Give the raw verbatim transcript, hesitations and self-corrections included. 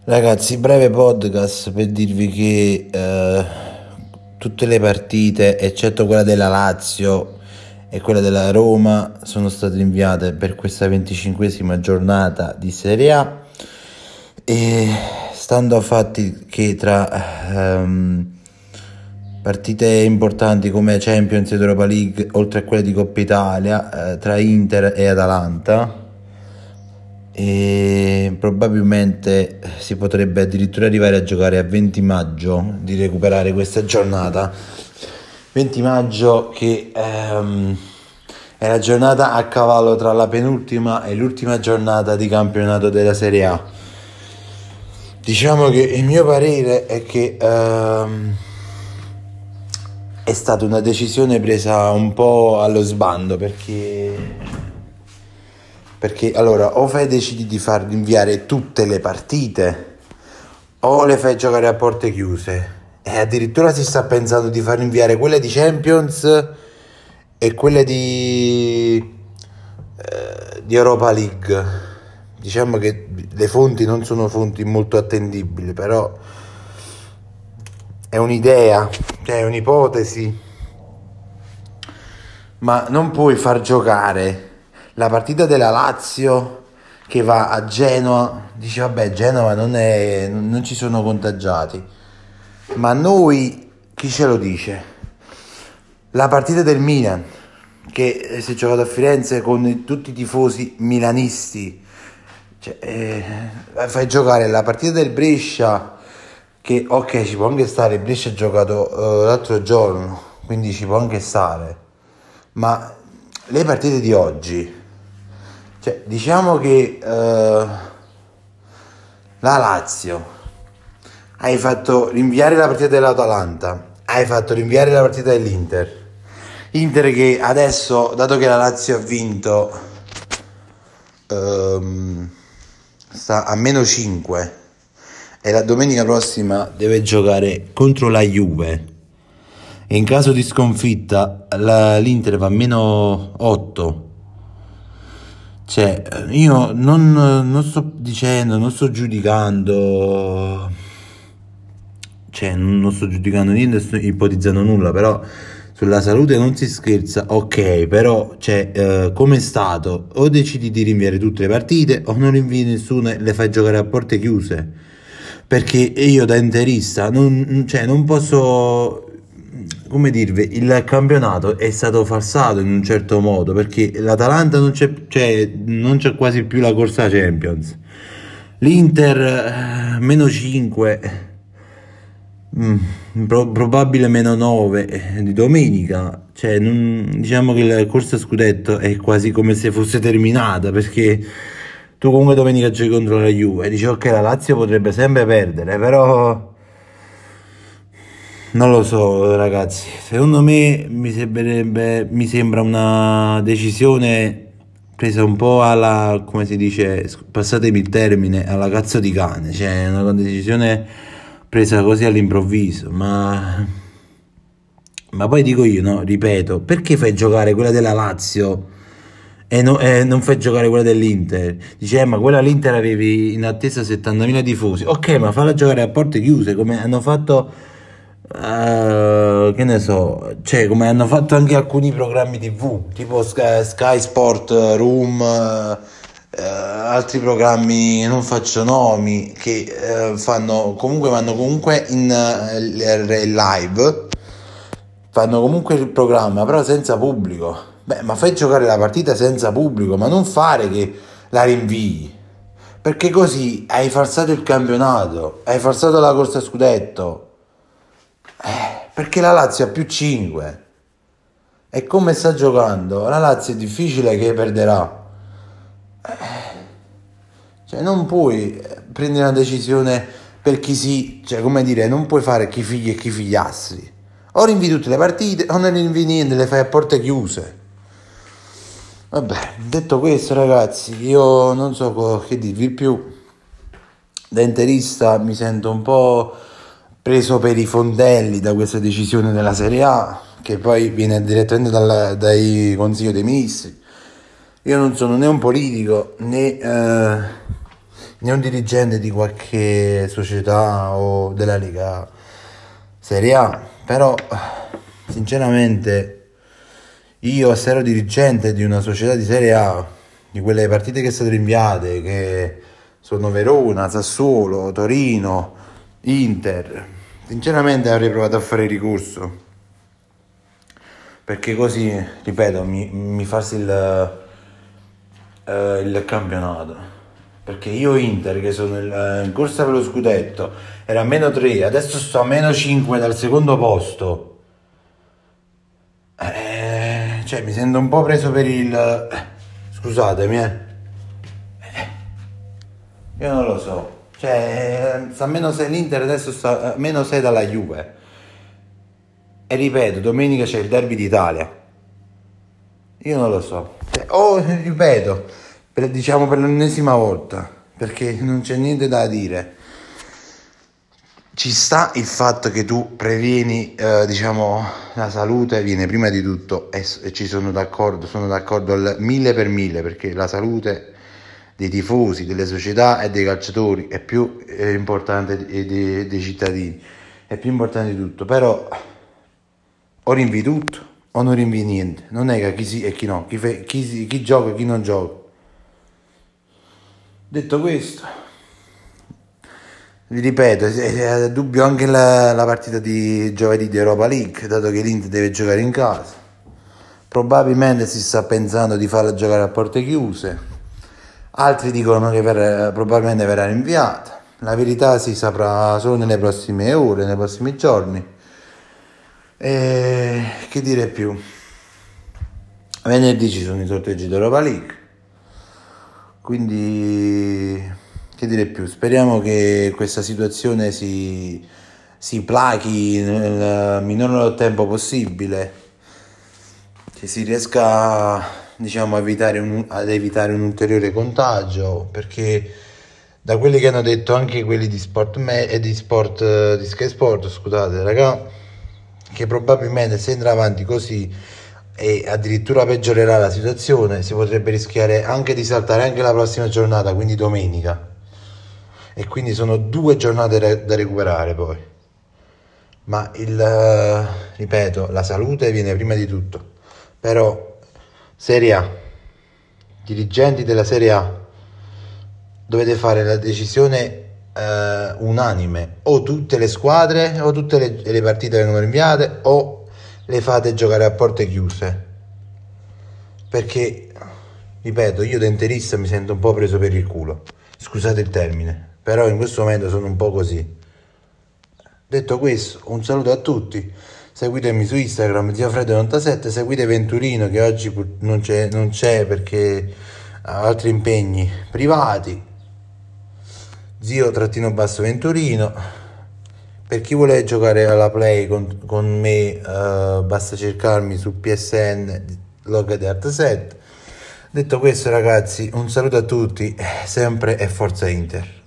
Ragazzi, breve podcast per dirvi che eh, tutte le partite, eccetto quella della Lazio e quella della Roma, sono state rinviate per questa venticinquesima giornata di Serie A, e stando a fatti che tra ehm, partite importanti come Champions ed Europa League, oltre a quelle di Coppa Italia, eh, tra Inter e Atalanta, e probabilmente si potrebbe addirittura arrivare a giocare a venti maggio, di recuperare questa giornata venti maggio, che ehm, è la giornata a cavallo tra la penultima e l'ultima giornata di campionato della Serie A. Diciamo che il mio parere è che ehm, è stata una decisione presa un po' allo sbando, perché Perché allora o fai decidi di far rinviare tutte le partite o le fai giocare a porte chiuse, e addirittura si sta pensando di far rinviare quelle di Champions e quelle di, eh, di Europa League. Diciamo che le fonti non sono fonti molto attendibili, però è un'idea, cioè è un'ipotesi, ma non puoi far giocare la partita della Lazio che va a Genova. Dici vabbè, Genova non è, non ci sono contagiati, ma noi chi ce lo dice? La partita del Milan che si è giocato a Firenze con tutti i tifosi milanisti, cioè, eh, fai giocare la partita del Brescia, che ok, ci può anche stare, il Brescia ha giocato uh, l'altro giorno, quindi ci può anche stare, ma le partite di oggi, cioè diciamo che uh, la Lazio, hai fatto rinviare la partita dell'Atalanta, hai fatto rinviare la partita dell'Inter, Inter che adesso, dato che la Lazio ha vinto, um, sta a meno cinque, e la domenica prossima deve giocare contro la Juve, e in caso di sconfitta la, l'Inter va a meno otto. Cioè io non, non sto dicendo, non sto giudicando, cioè non sto giudicando niente, sto ipotizzando nulla, però sulla salute non si scherza, ok, però cioè eh, come è stato, o decidi di rinviare tutte le partite o non rinvii nessuna e le fai giocare a porte chiuse, perché io da interista non, cioè, non posso, come dirvi, il campionato è stato falsato in un certo modo, perché l'Atalanta non c'è, cioè, non c'è quasi più la corsa Champions, l'Inter eh, meno cinque, mm, pro- probabile meno nove eh, di domenica, cioè non, diciamo che la corsa scudetto è quasi come se fosse terminata, perché tu comunque domenica giochi contro la Juve e dici ok, la Lazio potrebbe sempre perdere, però non lo so ragazzi, secondo me mi sembrerebbe, mi sembra una decisione presa un po' alla, come si dice, passatemi il termine, alla cazzo di cane, cioè una decisione presa così all'improvviso, ma ma poi dico io, no, ripeto, perché fai giocare quella della Lazio e, no, e non fai giocare quella dell'Inter? Dice, eh, ma quella all'Inter avevi in attesa settantamila tifosi, ok, ma falla giocare a porte chiuse come hanno fatto. Uh, che ne so, cioè come hanno fatto anche alcuni programmi tivù tipo Sky, Sky Sport, Room, uh, uh, altri programmi, non faccio nomi, che uh, fanno comunque vanno comunque in uh, live, fanno comunque il programma però senza pubblico. Beh, ma fai giocare la partita senza pubblico, ma non fare che la rinvii, perché così hai falsato il campionato, hai falsato la corsa a scudetto. Eh, perché la Lazio ha più cinque, e come sta giocando la Lazio è difficile che perderà, eh, cioè non puoi prendere una decisione per chi si, cioè come dire, non puoi fare chi figli e chi figliastri, o rinvii tutte le partite o non rinvii niente, le fai a porte chiuse. Vabbè, detto questo ragazzi, io non so co- che dirvi più, da interista mi sento un po' preso per i fondelli da questa decisione della Serie A, che poi viene direttamente dal, dai Consiglio dei Ministri. Io non sono né un politico né eh, né un dirigente di qualche società o della Lega Serie A, però sinceramente io se ero dirigente di una società di Serie A, di quelle partite che sono rinviate, che sono Verona, Sassuolo, Torino, Inter, sinceramente avrei provato a fare ricorso, perché così, ripeto, mi, mi farsi il, eh, il campionato. Perché io Inter, che sono il- in corsa per lo scudetto, era a meno tre, adesso sto a meno cinque dal secondo posto. Eh, cioè mi sento un po' preso per il... eh, scusatemi, eh. Io non lo so. Cioè, sta a meno sei l'Inter, adesso sta a meno sei dalla Juve. E ripeto, domenica c'è il derby d'Italia. Io non lo so. Cioè, oh, ripeto, per- diciamo per l'ennesima volta, perché non c'è niente da dire. Ci sta il fatto che tu previeni, eh, diciamo, la salute viene prima di tutto, e, e ci sono d'accordo, sono d'accordo al mille per mille, perché la salute dei tifosi, delle società e dei calciatori è più eh, importante dei, dei, dei cittadini, è più importante di tutto, però o rinvi tutto o non rinvi niente, non è che chi sì e chi no, chi, fe, chi, si, chi gioca e chi non gioca. Detto questo, vi ripeto, è è dubbio anche la, la partita di giovedì di Europa League, dato che l'Inter deve giocare in casa. Probabilmente si sta pensando di farla giocare a porte chiuse, altri dicono che verrà, probabilmente verrà rinviata. La verità si saprà solo nelle prossime ore, nei prossimi giorni. E che dire più? Venerdì ci sono i sorteggi di Europa League, quindi che dire più? Speriamo che questa situazione si, si plachi nel minor tempo possibile, che si riesca, diciamo, a evitare un, ad evitare un ulteriore contagio, perché da quelli che hanno detto anche quelli di Sport Me- e di Sport di Sky Sport, scusate raga, che probabilmente se andrà avanti così e addirittura peggiorerà la situazione, si potrebbe rischiare anche di saltare anche la prossima giornata, quindi domenica, e quindi sono due giornate re- da recuperare poi. Ma il eh, ripeto, la salute viene prima di tutto. Però Serie A, dirigenti della Serie A, dovete fare la decisione eh, unanime: o tutte le squadre o tutte le, le partite vengono rinviate, o le fate giocare a porte chiuse, perché ripeto, io da interista mi sento un po' preso per il culo, scusate il termine, però in questo momento sono un po' così. Detto questo, un saluto a tutti, seguitemi su Instagram zio Freddo novantasette, seguite Venturino che oggi non c'è, non c'è perché ha altri impegni privati, zio trattino basso Venturino. Per chi vuole giocare alla play con, con me, uh, basta cercarmi su P S N Logade Art set. Detto questo ragazzi, un saluto a tutti, sempre e forza Inter.